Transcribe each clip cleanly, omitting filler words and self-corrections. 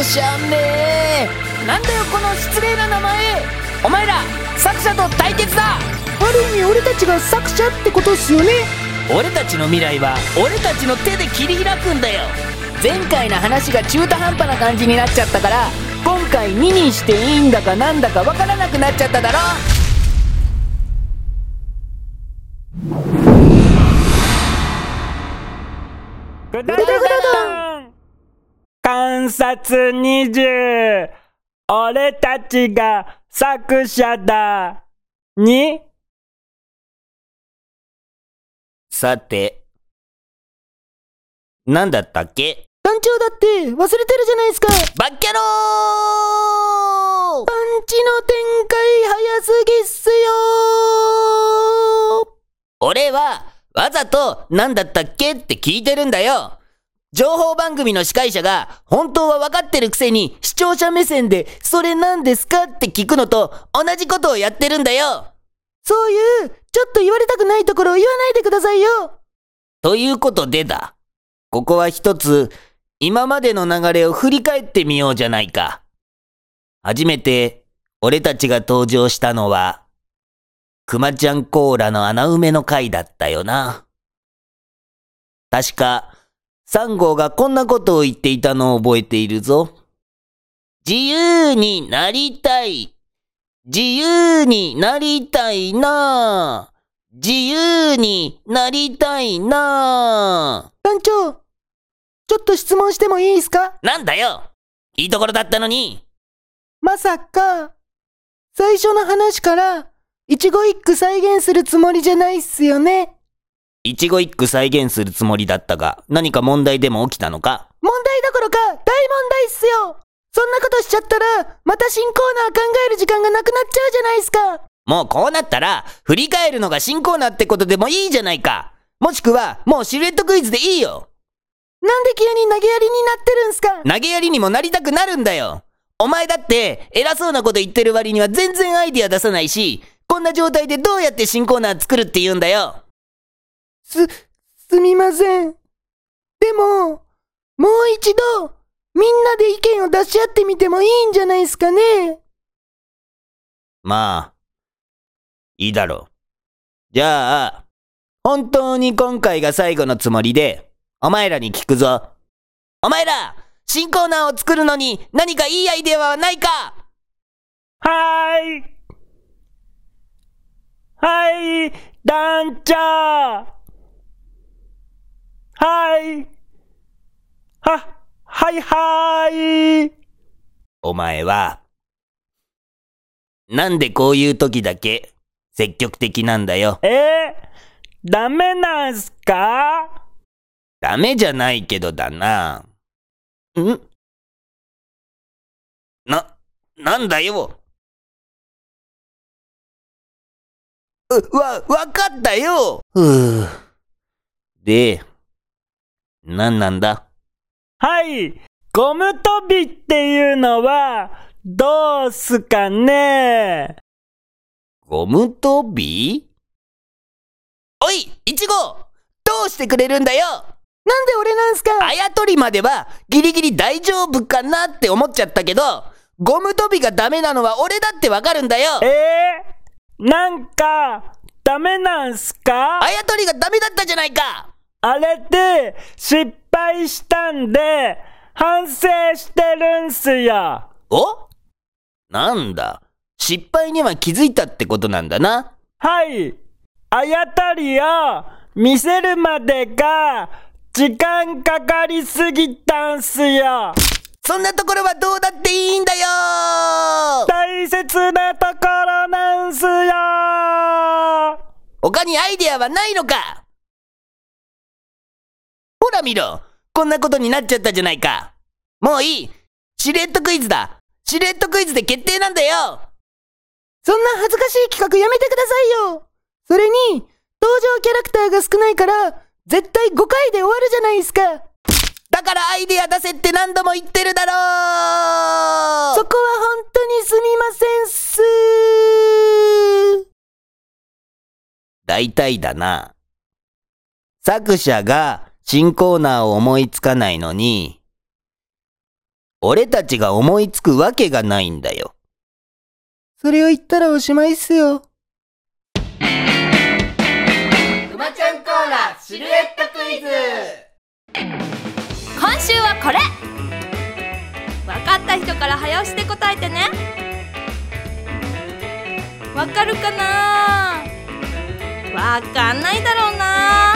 しゃねえ。なんだよこの失礼な名前。お前ら作者と対決だ。 ある意味俺たちが作者ってことっすよね。 俺たちの未来は俺たちの手で切り開くんだよ。前回の話が中途半端な感じになっちゃったから、今回2にしていいんだかなんだかわからなくなっちゃっただろ。 グダグダン観察20、俺たちが作者だに。 さて、なんだったっけ？ 団長だって忘れてるじゃないですか。 バッキャロー。 パンチの展開早すぎっすよー。 俺はわざとなんだったっけって聞いてるんだよ。情報番組の司会者が本当は分かってるくせに視聴者目線でそれなんですかって聞くのと同じことをやってるんだよ。 そういうちょっと言われたくないところを言わないでくださいよ。 ということでだ。ここは一つ今までの流れを振り返ってみようじゃないか。初めて俺たちが登場したのはくまちゃんコーラの穴埋めの回だったよな。確か3号がこんなことを言っていたのを覚えているぞ。自由になりたい。自由になりたいな。自由になりたいな。 団長、ちょっと質問してもいいですか？ なんだよ。いいところだったのに。 まさか最初の話から一期一会再現するつもりじゃないっすよね。 一期一会再現するつもりだったが、何か問題でも起きたのか？ 問題どころか大問題っすよ。そんなことしちゃったらまた新コーナー考える時間がなくなっちゃうじゃないっすか。 もうこうなったら振り返るのが新コーナーってことでもいいじゃないか。もしくはもうシルエットクイズでいいよ。 なんで急に投げやりになってるんすか？ 投げやりにもなりたくなるんだよ。お前だって偉そうなこと言ってる割には全然アイディア出さないし、こんな状態でどうやって新コーナー作るって言うんだよ。 すみません。でも、もう一度、みんなで意見を出し合ってみてもいいんじゃないですかね。 まあ、いいだろう。じゃあ、本当に今回が最後のつもりで、お前らに聞くぞ。お前ら、新コーナーを作るのに何かいいアイデアはないか？ はい、団長。はい。 お前は、なんでこういう時だけ積極的なんだよ。 ダメなんすか？ ダメじゃないけどだな。なんだよ。わかったよ。で、なんだ？ はい、ゴム跳びっていうのはどうすかね？ ゴム跳び？おい、イチゴ！どうしてくれるんだよ！ なんで俺なんすか？ あやとりまではギリギリ大丈夫かなって思っちゃったけど、ゴム跳びがダメなのは俺だってわかるんだよ。 なんかダメなんすか？ あやとりがダメだったじゃないか。 あれで失敗したんで反省してるんすよ。 お？なんだ、失敗には気づいたってことなんだな。 はい、あやとりを見せるまでが時間かかりすぎたんすよ。 そんなところはどうだっていいんだよ。 大切なところなんすよ。 他にアイデアはないのか？ほら見ろ、こんなことになっちゃったじゃないか。もういい。シルエットクイズだ。シルエットクイズで決定なんだよ。 そんな恥ずかしい企画やめてくださいよ。それに、登場キャラクターが少ないから、絶対5回で終わるじゃないですか。 だからアイデア出せって何度も言ってるだろう。 そこは本当にすみませんっす。 大体だな。作者が新コーナーを思いつかないのに、 俺たちが思いつくわけがないんだよ。 それを言ったらおしまいっすよ。 くまちゃんコーラシルエットクイズ。 今週はこれ。わかった人から早押しで答えてね。わかるかな？わかんないだろうな。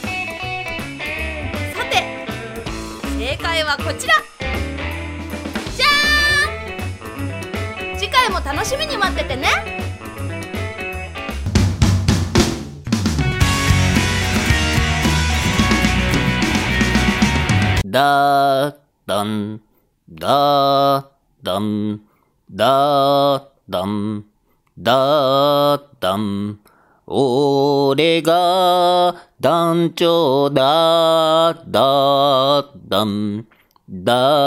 さて、正解はこちら。じゃーん！次回も楽しみに待っててね。 だーだん、だーだん、だーだん、だーだん。俺が団長だーだーだん、だー